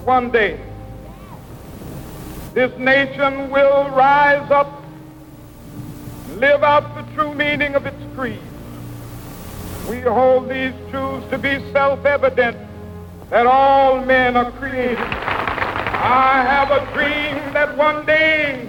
one day, this nation will rise up, live out the true meaning of its creed. We hold these truths to be self-evident, that all men are created. I have a dream that one day,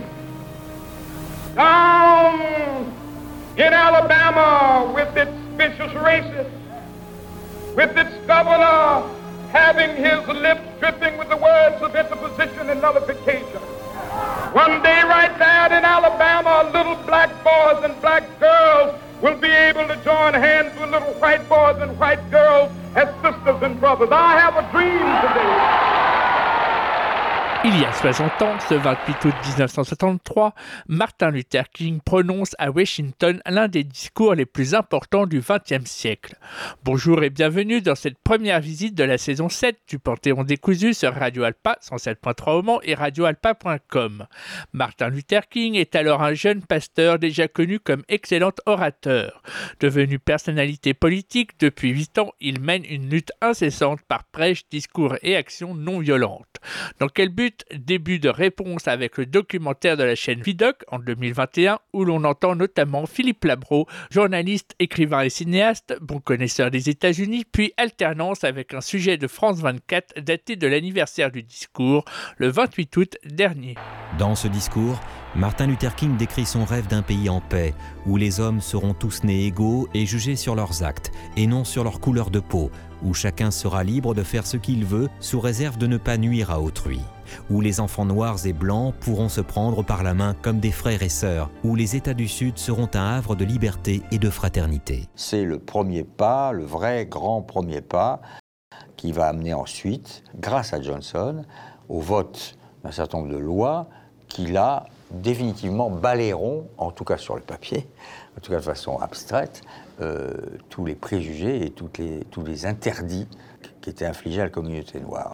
down in Alabama, with its vicious racists, with its governor having his lips dripping with the words of interposition and nullification. One day right there in Alabama, little black boys and black girls will be able to join hands with little white boys and white girls as sisters and brothers. I have a dream today. Il y a 60 ans, ce 28 août 1963, Martin Luther King prononce à Washington l'un des discours les plus importants du XXe siècle. Bonjour et bienvenue dans cette première visite de la saison 7 du Panthéon décousu sur Radio Alpa 107.3 au Mans et radioalpa.com. Martin Luther King est alors un jeune pasteur déjà connu comme excellent orateur. Devenu personnalité politique, depuis 8 ans, il mène une lutte incessante par prêche, discours et actions non violentes. Dans quel but? Début de réponse avec le documentaire de la chaîne Vidocq en 2021 où l'on entend notamment Philippe Labro, journaliste, écrivain et cinéaste, bon connaisseur des États-Unis, puis alternance avec un sujet de France 24 daté de l'anniversaire du discours, le 28 août dernier. Dans ce discours, Martin Luther King décrit son rêve d'un pays en paix, où les hommes seront tous nés égaux et jugés sur leurs actes, et non sur leur couleur de peau, où chacun sera libre de faire ce qu'il veut, sous réserve de ne pas nuire à autrui, où les enfants noirs et blancs pourront se prendre par la main comme des frères et sœurs, où les États du Sud seront un havre de liberté et de fraternité. C'est le premier pas, le vrai grand premier pas, qui va amener ensuite, grâce à Johnson, au vote d'un certain nombre de lois qui, là, définitivement balayeront, en tout cas sur le papier, en tout cas de façon abstraite, tous les préjugés et tous les interdits qui étaient infligés à la communauté noire.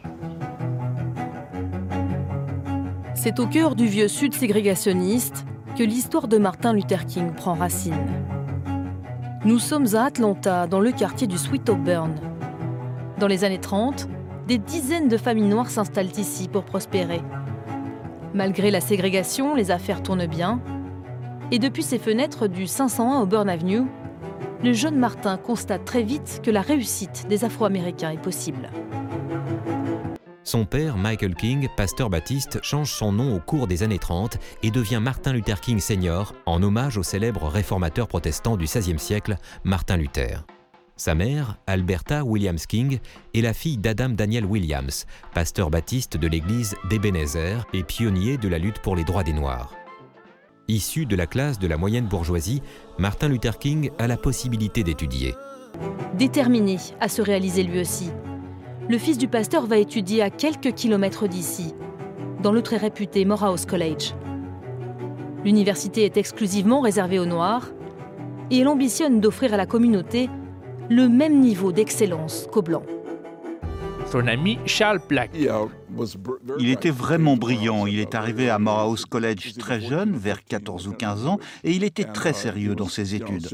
C'est au cœur du vieux Sud ségrégationniste que l'histoire de Martin Luther King prend racine. Nous sommes à Atlanta, dans le quartier du Sweet Auburn. Dans les années 30, des dizaines de familles noires s'installent ici pour prospérer. Malgré la ségrégation, les affaires tournent bien. Et depuis ses fenêtres du 501 Auburn Avenue, le jeune Martin constate très vite que la réussite des Afro-Américains est possible. Son père, Michael King, pasteur baptiste, change son nom au cours des années 30 et devient Martin Luther King Sr. en hommage au célèbre réformateur protestant du XVIe siècle, Martin Luther. Sa mère, Alberta Williams King, est la fille d'Adam Daniel Williams, pasteur baptiste de l'église d'Ebenezer et pionnier de la lutte pour les droits des Noirs. Issu de la classe de la moyenne bourgeoisie, Martin Luther King a la possibilité d'étudier. Déterminé à se réaliser lui aussi, le fils du pasteur va étudier à quelques kilomètres d'ici, dans le très réputé Morehouse College. L'université est exclusivement réservée aux Noirs et elle ambitionne d'offrir à la communauté le même niveau d'excellence qu'aux Blancs. Son ami Charles Black. Il était vraiment brillant. Il est arrivé à Morehouse College très jeune, vers 14 ou 15 ans, et il était très sérieux dans ses études.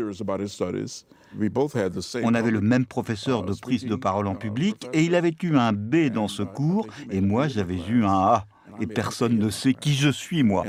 On avait le même professeur de prise de parole en public, et il avait eu un B dans ce cours, et moi j'avais eu un A. Et personne ne sait qui je suis, moi.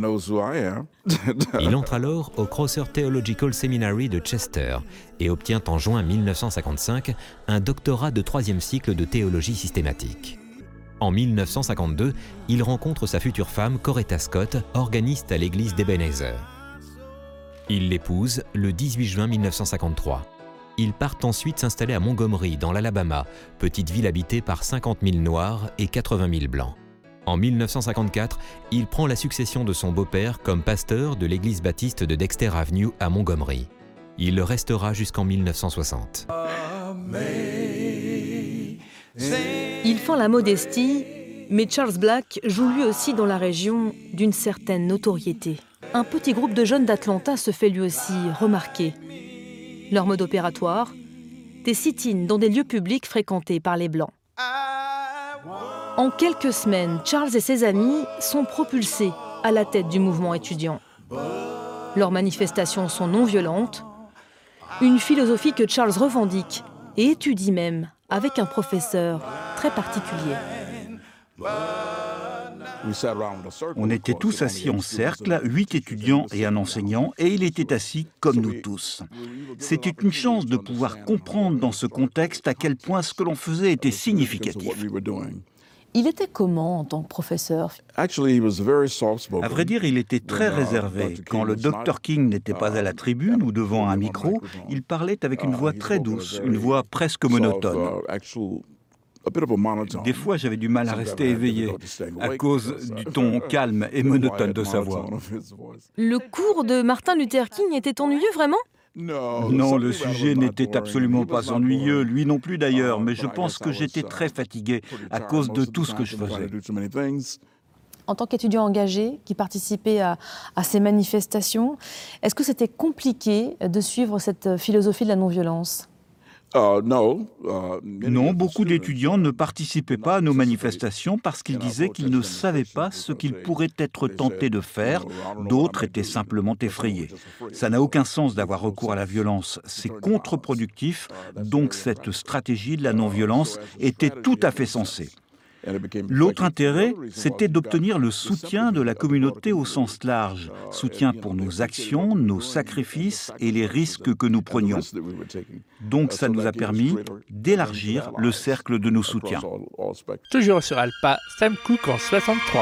Il entre alors au Crosser Theological Seminary de Chester et obtient en juin 1955 un doctorat de 3e cycle de théologie systématique. En 1952, il rencontre sa future femme, Coretta Scott, organiste à l'église d'Ebenezer. Il l'épouse le 18 juin 1953. Ils partent ensuite s'installer à Montgomery, dans l'Alabama, petite ville habitée par 50 000 Noirs et 80 000 Blancs. En 1954, il prend la succession de son beau-père comme pasteur de l'église baptiste de Dexter Avenue à Montgomery. Il le restera jusqu'en 1960. Il feint la modestie, mais Charles Black joue lui aussi dans la région d'une certaine notoriété. Un petit groupe de jeunes d'Atlanta se fait lui aussi remarquer. Leur mode opératoire, des sit-ins dans des lieux publics fréquentés par les Blancs. En quelques semaines, Charles et ses amis sont propulsés à la tête du mouvement étudiant. Leurs manifestations sont non violentes, une philosophie que Charles revendique et étudie même avec un professeur très particulier. On était tous assis en cercle, 8 étudiants et un enseignant, et il était assis comme nous tous. C'était une chance de pouvoir comprendre dans ce contexte à quel point ce que l'on faisait était significatif. Il était comment en tant que professeur ? À vrai dire, il était très réservé. Quand le Dr King n'était pas à la tribune ou devant un micro, il parlait avec une voix très douce, une voix presque monotone. Des fois, j'avais du mal à rester éveillé à cause du ton calme et monotone de sa voix. Le cours de Martin Luther King était ennuyeux, vraiment ? Non, le sujet n'était absolument pas ennuyeux, lui non plus d'ailleurs, mais je pense que j'étais très fatigué à cause de tout ce que je faisais. En tant qu'étudiant engagé qui participait à ces manifestations, est-ce que c'était compliqué de suivre cette philosophie de la non-violence ? Non, beaucoup d'étudiants ne participaient pas à nos manifestations parce qu'ils disaient qu'ils ne savaient pas ce qu'ils pourraient être tentés de faire. D'autres étaient simplement effrayés. Ça n'a aucun sens d'avoir recours à la violence. C'est contre-productif. Donc cette stratégie de la non-violence était tout à fait sensée. L'autre intérêt, c'était d'obtenir le soutien de la communauté au sens large, soutien pour nos actions, nos sacrifices et les risques que nous prenions. Donc ça nous a permis d'élargir le cercle de nos soutiens. Toujours sur Alpa, Sam Cooke en 63.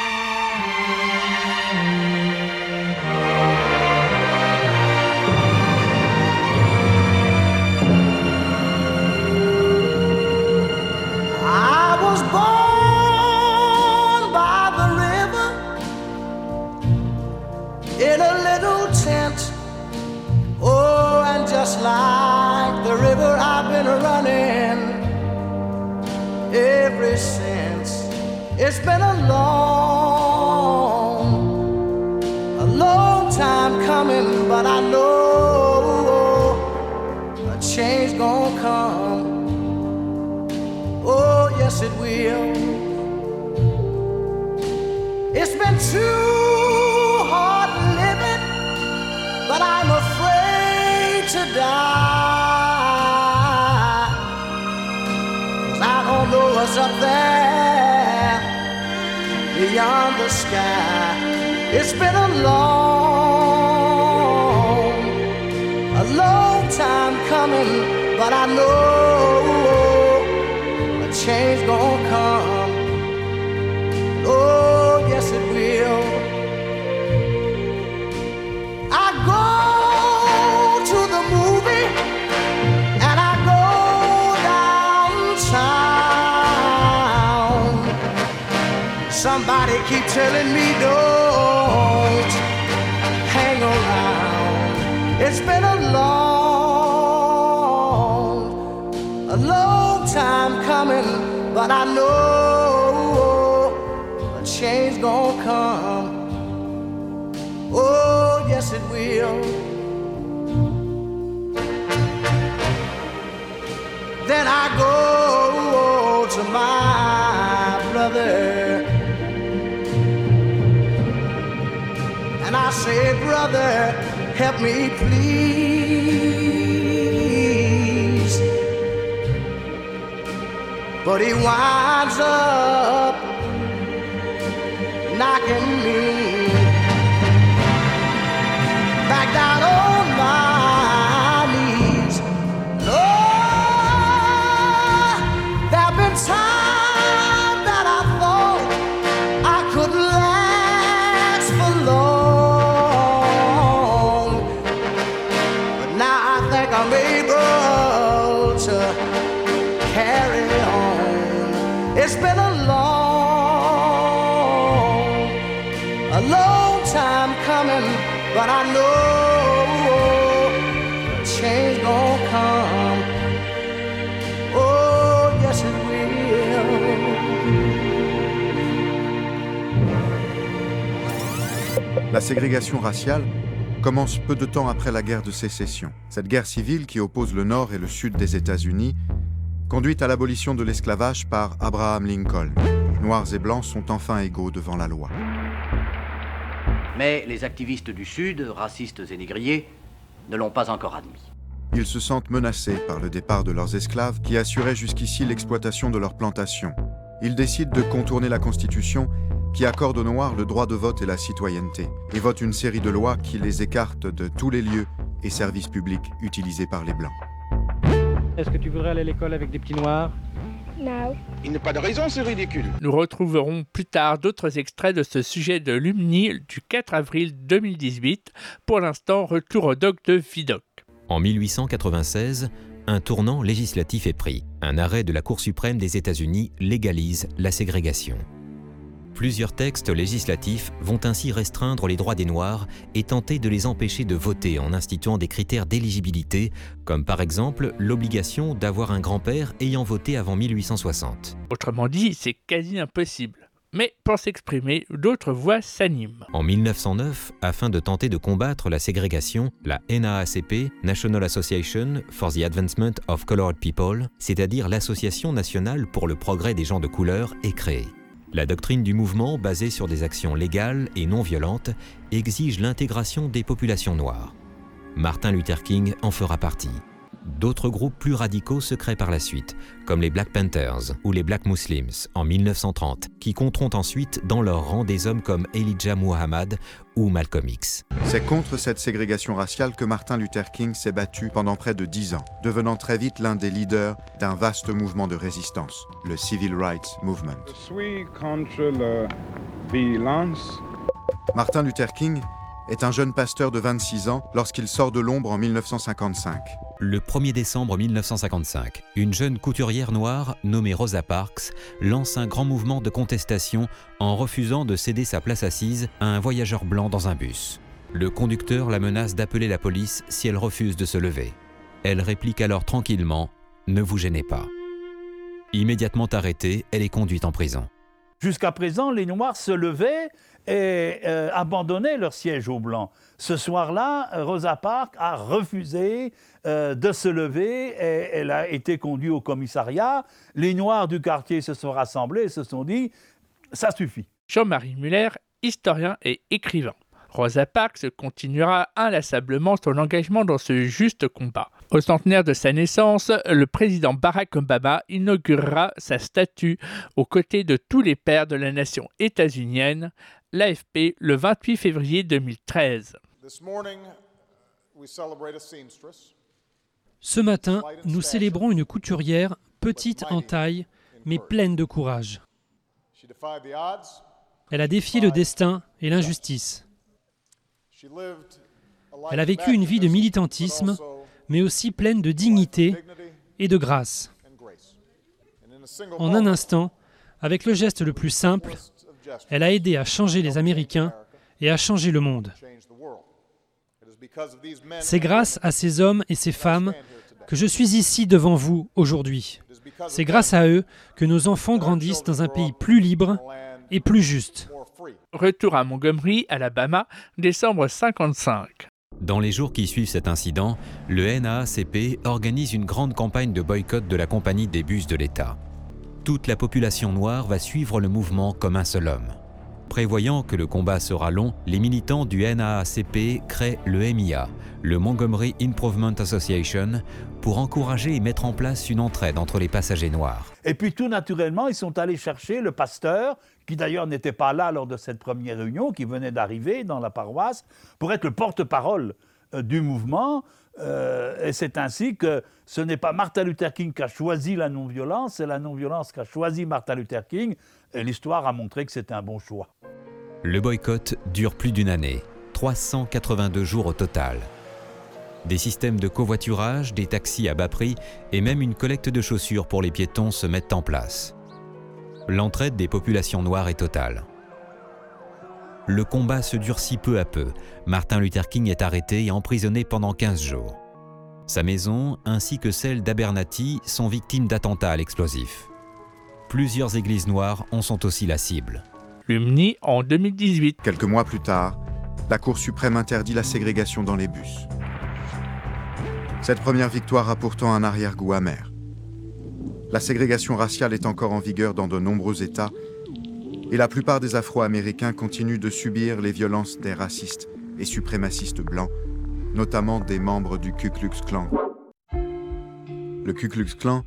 In a little tent, oh, and just like the river I've been running ever since. It's been a long time coming, but I know a change gonna come. Oh, yes it will. It's been too hard living, but I'm afraid to die, 'cause I don't know what's up there beyond the sky. It's been a long time coming, but I know a change gonna come. Oh, yes it will. I go to the movie and I go downtown. Somebody keep telling me don't hang around. It's been a long time coming, but I know a change gonna come. Oh, yes it will. Then I go to my brother and I say, brother, help me please. But he winds up knocking me back down on my knees. Lord, there've been times that I thought I could last for long, but now I think I'm able to carry on. It's been a long time coming, but I know a change gonna come. Oh, yes it will. La ségrégation raciale commence peu de temps après la guerre de sécession. Cette guerre civile qui oppose le nord et le sud des États-Unis conduit à l'abolition de l'esclavage par Abraham Lincoln. Noirs et blancs sont enfin égaux devant la loi. Mais les activistes du Sud, racistes et négriers, ne l'ont pas encore admis. Ils se sentent menacés par le départ de leurs esclaves qui assuraient jusqu'ici l'exploitation de leurs plantations. il décide de contourner la Constitution qui accorde aux Noirs le droit de vote et la citoyenneté, et vote une série de lois qui les écartent de tous les lieux et services publics utilisés par les Blancs. Est-ce que tu voudrais aller à l'école avec des petits noirs? Non. Il n'y a pas de raison, c'est ridicule. Nous retrouverons plus tard d'autres extraits de ce sujet de Lumni du 4 avril 2018. Pour l'instant, retour au doc de Vidocq. En 1896, un tournant législatif est pris. Un arrêt de la Cour suprême des États-Unis légalise la ségrégation. Plusieurs textes législatifs vont ainsi restreindre les droits des Noirs et tenter de les empêcher de voter en instituant des critères d'éligibilité, comme par exemple l'obligation d'avoir un grand-père ayant voté avant 1860. Autrement dit, c'est quasi impossible. Mais pour s'exprimer, d'autres voix s'animent. En 1909, afin de tenter de combattre la ségrégation, la NAACP, National Association for the Advancement of Colored People, c'est-à-dire l'Association nationale pour le progrès des gens de couleur, est créée. La doctrine du mouvement, basée sur des actions légales et non violentes, exige l'intégration des populations noires. Martin Luther King en fera partie. D'autres groupes plus radicaux se créent par la suite, comme les Black Panthers ou les Black Muslims en 1930, qui compteront ensuite dans leur rang des hommes comme Elijah Muhammad ou Malcolm X. C'est contre cette ségrégation raciale que Martin Luther King s'est battu pendant près de 10 ans, devenant très vite l'un des leaders d'un vaste mouvement de résistance, le Civil Rights Movement. Je suis contre la violence. Martin Luther King est un jeune pasteur de 26 ans lorsqu'il sort de l'ombre en 1955. Le 1er décembre 1955, une jeune couturière noire nommée Rosa Parks lance un grand mouvement de contestation en refusant de céder sa place assise à un voyageur blanc dans un bus. Le conducteur la menace d'appeler la police si elle refuse de se lever. Elle réplique alors tranquillement « Ne vous gênez pas ». Immédiatement arrêtée, elle est conduite en prison. Jusqu'à présent, les Noirs se levaient et abandonnaient leur siège aux Blancs. Ce soir-là, Rosa Parks a refusé de se lever et elle a été conduite au commissariat. Les Noirs du quartier se sont rassemblés et se sont dit « ça suffit ». Jean-Marie Muller, historien et écrivain. Rosa Parks continuera inlassablement son engagement dans ce juste combat. Au centenaire de sa naissance, le président Barack Obama inaugurera sa statue aux côtés de tous les pères de la nation états-unienne, l'AFP, le 28 février 2013. Ce matin, nous célébrons une couturière petite en taille, mais pleine de courage. Elle a défié le destin et l'injustice. Elle a vécu une vie de militantisme, mais aussi pleine de dignité et de grâce. En un instant, avec le geste le plus simple, elle a aidé à changer les Américains et à changer le monde. C'est grâce à ces hommes et ces femmes que je suis ici devant vous aujourd'hui. C'est grâce à eux que nos enfants grandissent dans un pays plus libre et plus juste. Retour à Montgomery, Alabama, décembre 1955. Dans les jours qui suivent cet incident, le NAACP organise une grande campagne de boycott de la compagnie des bus de l'État. Toute la population noire va suivre le mouvement comme un seul homme. Prévoyant que le combat sera long, les militants du NAACP créent le MIA, le Montgomery Improvement Association, pour encourager et mettre en place une entraide entre les passagers noirs. Et puis tout naturellement, ils sont allés chercher le pasteur, qui d'ailleurs n'était pas là lors de cette première réunion, qui venait d'arriver dans la paroisse, pour être le porte-parole du mouvement. Et c'est ainsi que ce n'est pas Martin Luther King qui a choisi la non-violence, c'est la non-violence qui a choisi Martin Luther King. Et l'histoire a montré que c'était un bon choix. Le boycott dure plus d'une année, 382 jours au total. Des systèmes de covoiturage, des taxis à bas prix et même une collecte de chaussures pour les piétons se mettent en place. L'entraide des populations noires est totale. Le combat se durcit peu à peu. Martin Luther King est arrêté et emprisonné pendant 15 jours. Sa maison, ainsi que celle d'Abernathy, sont victimes d'attentats à l'explosif. Plusieurs églises noires en sont aussi la cible. Lumni en 2018. Quelques mois plus tard, la Cour suprême interdit la ségrégation dans les bus. Cette première victoire a pourtant un arrière-goût amer. La ségrégation raciale est encore en vigueur dans de nombreux États et la plupart des Afro-Américains continuent de subir les violences des racistes et suprémacistes blancs, notamment des membres du Ku Klux Klan. Le Ku Klux Klan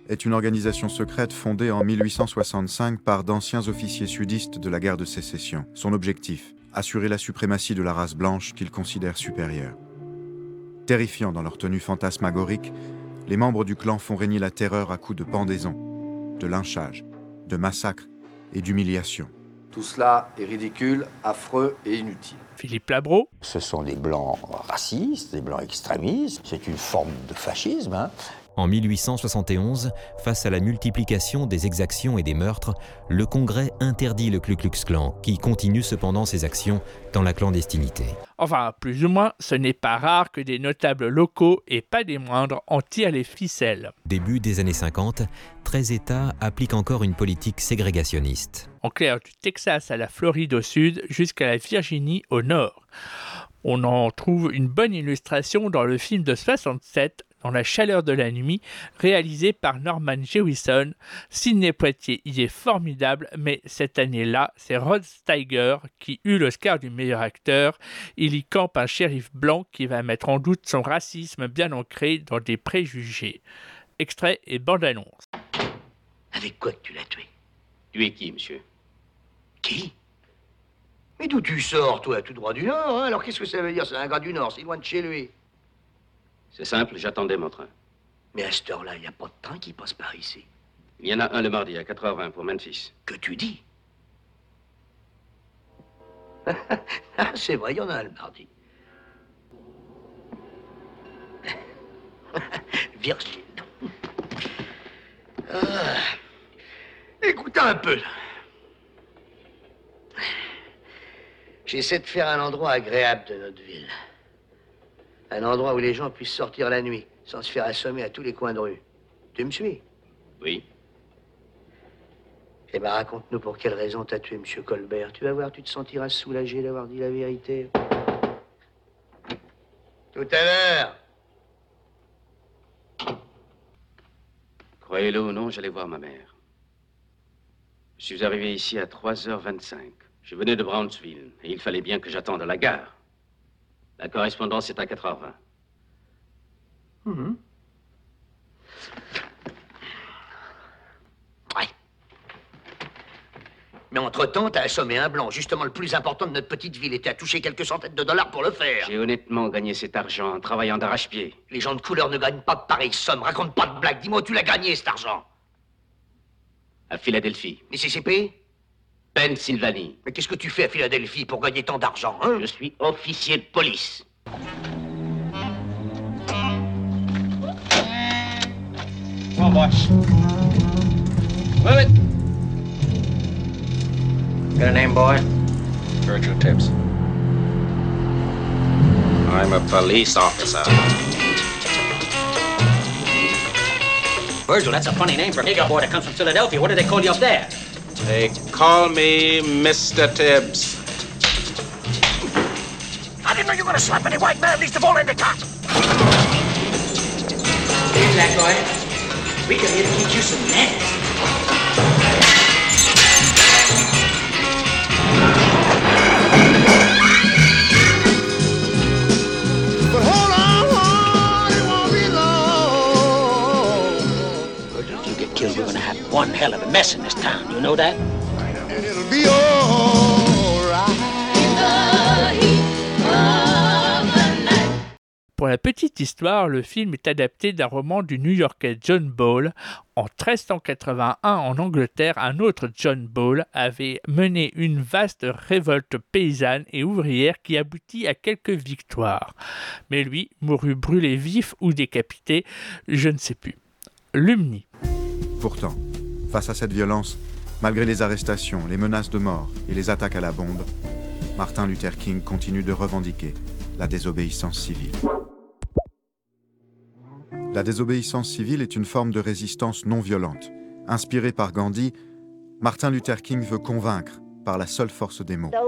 est une organisation secrète fondée en 1865 par d'anciens officiers sudistes de la guerre de sécession. Son objectif, assurer la suprématie de la race blanche qu'ils considèrent supérieure. Terrifiants dans leur tenue fantasmagorique, les membres du clan font régner la terreur à coups de pendaisons, de lynchages, de massacres et d'humiliations. Tout cela est ridicule, affreux et inutile. Philippe Labro. Ce sont des blancs racistes, des blancs extrémistes, c'est une forme de fascisme. En 1871, face à la multiplication des exactions et des meurtres, le Congrès interdit le Ku Klux Klan, qui continue cependant ses actions dans la clandestinité. Enfin, plus ou moins, ce n'est pas rare que des notables locaux, et pas des moindres, en tirent les ficelles. Début des années 50, 13 États appliquent encore une politique ségrégationniste. En clair, du Texas à la Floride au sud, jusqu'à la Virginie au nord. On en trouve une bonne illustration dans le film de 67, Dans la chaleur de la nuit, réalisé par Norman Jewison. Sidney Poitier y est formidable, mais cette année-là, c'est Rod Steiger qui eut l'Oscar du meilleur acteur. Il y campe un shérif blanc qui va mettre en doute son racisme bien ancré dans des préjugés. Extrait et bande-annonce. Avec quoi que tu l'as tué? Tué qui, monsieur? Qui? Mais d'où tu sors, toi, tout droit du Nord, hein? Alors qu'est-ce que ça veut dire? C'est un gars du Nord, c'est loin de chez lui. C'est simple, j'attendais mon train. Mais à cette heure-là, il n'y a pas de train qui passe par ici. Il y en a un le mardi à 4h20 pour Memphis. Que tu dis? Ah, c'est vrai, il y en a un le mardi. Virgile. Écoute un peu. J'essaie de faire un endroit agréable de notre ville. Un endroit où les gens puissent sortir la nuit, sans se faire assommer à tous les coins de rue. Tu me suis? Oui. Eh ben, raconte-nous pour quelle raison t'as tué M. Colbert. Tu vas voir, tu te sentiras soulagé d'avoir dit la vérité. Tout à l'heure. Croyez-le ou non, j'allais voir ma mère. Je suis arrivé ici à 3h25. Je venais de Brownsville et il fallait bien que j'attende à la gare. La correspondance est à 4h20. Ouais. Mais entre-temps, t'as assommé un blanc, justement le plus important de notre petite ville, et t'as touché quelques centaines de dollars pour le faire. J'ai honnêtement gagné cet argent en travaillant d'arrache-pied. Les gens de couleur ne gagnent pas de pareilles sommes. Raconte pas de blagues. Dis-moi où tu l'as gagné, cet argent. À Philadelphie. Mississippi? Pennsylvanie. Mais qu'est-ce que tu fais à Philadelphie pour gagner tant d'argent, hein? Je suis officier de police. Come on, boy. Move it. Got a name, boy? Virgil Tibbs. I'm a police officer. Virgil, that's a funny name for a nigger boy that comes from Philadelphia. What do they call you up there? They call me Mr. Tibbs. I didn't know you were gonna slap any white man, least of all Endicott. Hey, black boy. We come here to teach you some manners. But hold on, it won't be long. Virgil, if you get killed, we're gonna have one hell of a mess in this town. You know that? And it'll be all right. Pour la petite histoire, le film est adapté d'un roman du New-Yorkais John Ball. En 1381, en Angleterre, un autre John Ball avait mené une vaste révolte paysanne et ouvrière qui aboutit à quelques victoires. Mais lui mourut brûlé vif ou décapité, je ne sais plus. Lumni. Pourtant, face à cette violence, malgré les arrestations, les menaces de mort et les attaques à la bombe, Martin Luther King continue de revendiquer la désobéissance civile. La désobéissance civile est une forme de résistance non violente. Inspiré par Gandhi, Martin Luther King veut convaincre par la seule force des mots.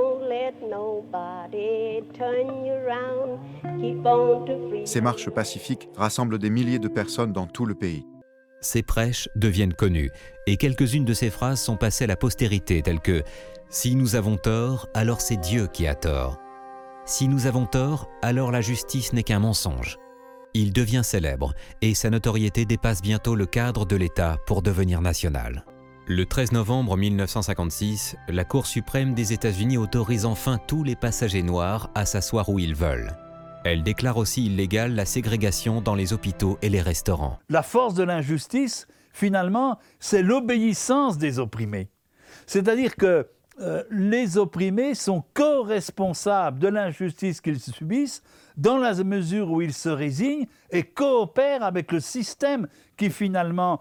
Ces marches pacifiques rassemblent des milliers de personnes dans tout le pays. Ses prêches deviennent connus et quelques-unes de ses phrases sont passées à la postérité telles que « Si nous avons tort, alors c'est Dieu qui a tort. Si nous avons tort, alors la justice n'est qu'un mensonge. Il devient célèbre et sa notoriété dépasse bientôt le cadre de l'État pour devenir national. Le 13 novembre 1956, la Cour suprême des États-Unis autorise enfin tous les passagers noirs à s'asseoir où ils veulent. Elle déclare aussi illégale la ségrégation dans les hôpitaux et les restaurants. La force de l'injustice, finalement, c'est l'obéissance des opprimés. C'est-à-dire que les opprimés sont co-responsables de l'injustice qu'ils subissent dans la mesure où ils se résignent et coopèrent avec le système qui finalement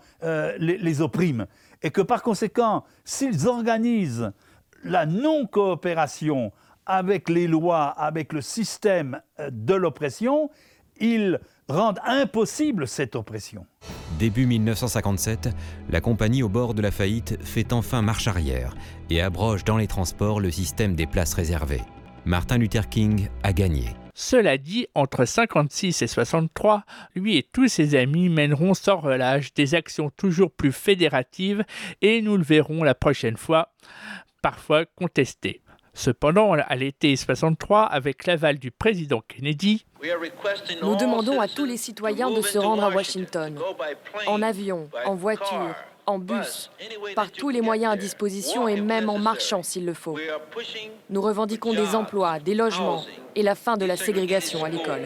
les opprime. Et que par conséquent, s'ils organisent la non-coopération avec les lois, avec le système de l'oppression, ils rendent impossible cette oppression. Début 1957, la compagnie au bord de la faillite fait enfin marche arrière et abroge dans les transports le système des places réservées. Martin Luther King a gagné. Cela dit, entre 56 et 63, lui et tous ses amis mèneront sans relâche des actions toujours plus fédératives et nous le verrons la prochaine fois, parfois contestées. Cependant, à l'été 63, avec l'aval du président Kennedy, nous demandons à tous les citoyens de se rendre à Washington, en avion, en voiture, en bus, par tous les moyens à disposition et même en marchant s'il le faut. Nous revendiquons des emplois, des logements et la fin de la ségrégation à l'école.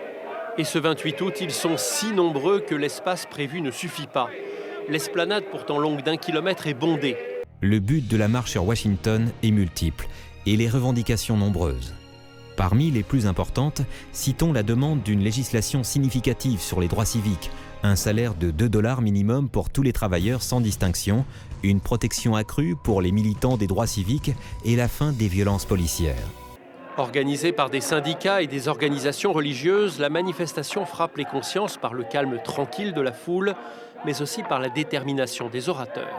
Et ce 28 août, ils sont si nombreux que l'espace prévu ne suffit pas. L'esplanade, pourtant longue d'1 kilomètre, est bondée. Le but de la marche sur Washington est multiple et les revendications nombreuses. Parmi les plus importantes, citons la demande d'une législation significative sur les droits civiques, un salaire de $2 minimum pour tous les travailleurs sans distinction, une protection accrue pour les militants des droits civiques et la fin des violences policières. Organisée par des syndicats et des organisations religieuses, la manifestation frappe les consciences par le calme tranquille de la foule, mais aussi par la détermination des orateurs.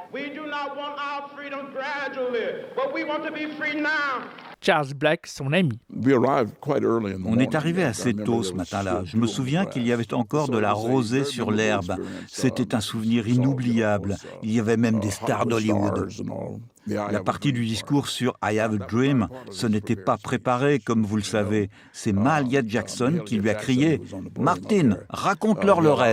Charles Black, son ami. On est arrivé assez tôt ce matin-là. Je me souviens qu'il y avait encore de la rosée sur l'herbe. C'était un souvenir inoubliable. Il y avait même des stars d'Hollywood. La partie du discours sur I Have a Dream, ce n'était pas préparé, comme vous le savez. C'est Mahalia Jackson qui lui a crié « Martin, raconte-leur le rêve !»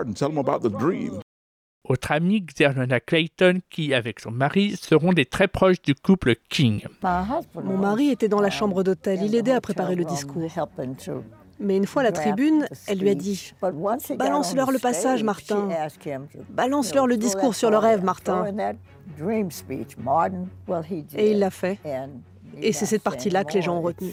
Autre amie, Xernona Clayton, qui, avec son mari, seront des très proches du couple King. Mon mari était dans la chambre d'hôtel, il aidait à préparer le discours. Mais une fois à la tribune, elle lui a dit « Balance-leur le passage, Martin. Balance-leur le discours sur le rêve, Martin. » Et il l'a fait. Et c'est cette partie-là que les gens ont retenue.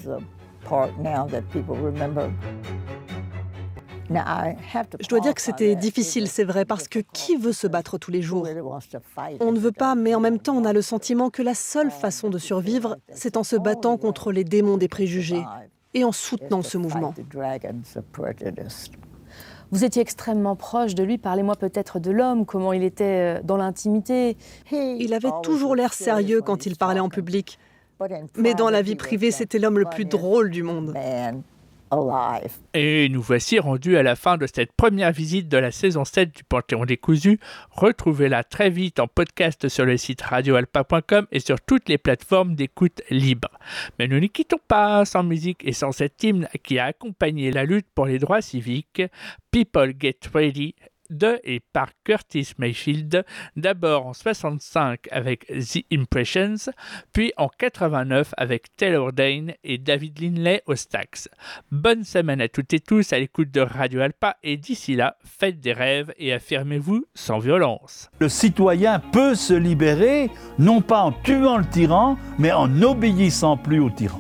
Je dois dire que c'était difficile, c'est vrai, parce que qui veut se battre tous les jours? On ne veut pas, mais en même temps, on a le sentiment que la seule façon de survivre, c'est en se battant contre les démons des préjugés et en soutenant ce mouvement. Vous étiez extrêmement proche de lui. Parlez-moi peut-être de l'homme, comment il était dans l'intimité. Il avait toujours l'air sérieux quand il parlait en public. Mais dans la vie privée, c'était l'homme le plus drôle du monde. Et nous voici rendus à la fin de cette première visite de la saison 7 du Panthéon décousu. Retrouvez-la très vite en podcast sur le site radioalpa.com et sur toutes les plateformes d'écoute libre. Mais nous ne quittons pas sans musique et sans cet hymne qui a accompagné la lutte pour les droits civiques, People Get Ready, de et par Curtis Mayfield, d'abord en 65 avec The Impressions, puis en 89 avec Taylor Dayne et David Lindley au Stax. Bonne semaine à toutes et tous à l'écoute de Radio Alpa et d'ici là, faites des rêves et affirmez-vous sans violence. Le citoyen peut se libérer, non pas en tuant le tyran, mais en n'obéissant plus au tyran.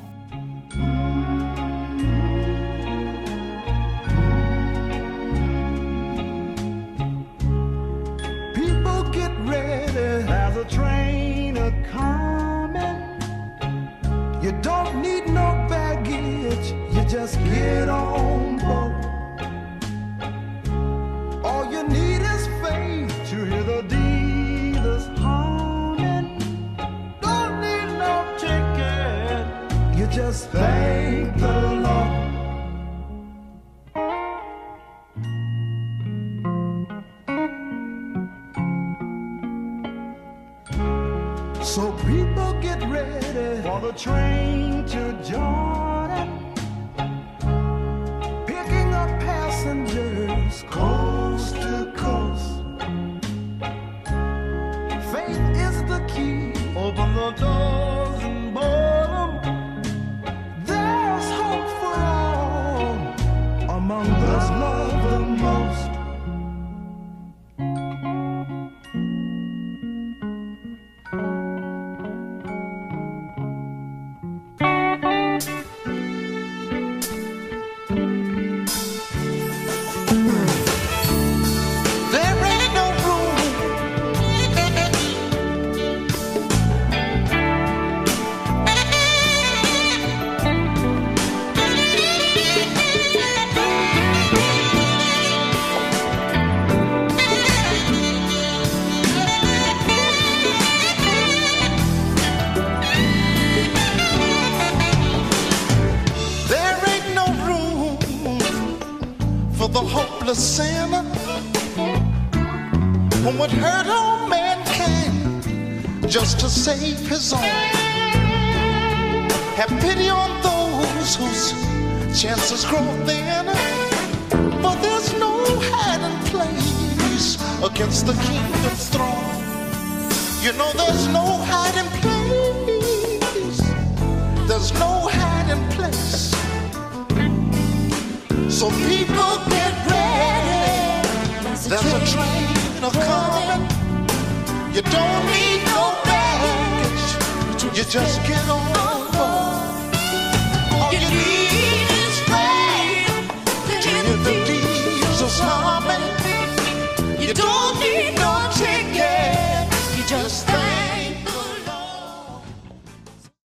You don't need no baggage, you just get on board. All you need is faith to hear the dealers humming. Don't need no ticket, you just thank the Lord. So people get ready for the train to Jordan, picking up passengers the hopeless sinner who would hurt all mankind just to save his own. Have pity on those whose chances grow thin, for there's no hiding place against the kingdom's throne. You know there's no hiding place, there's no hiding place. So people get ready, there's a train a-coming. You don't need no baggage, you just get on.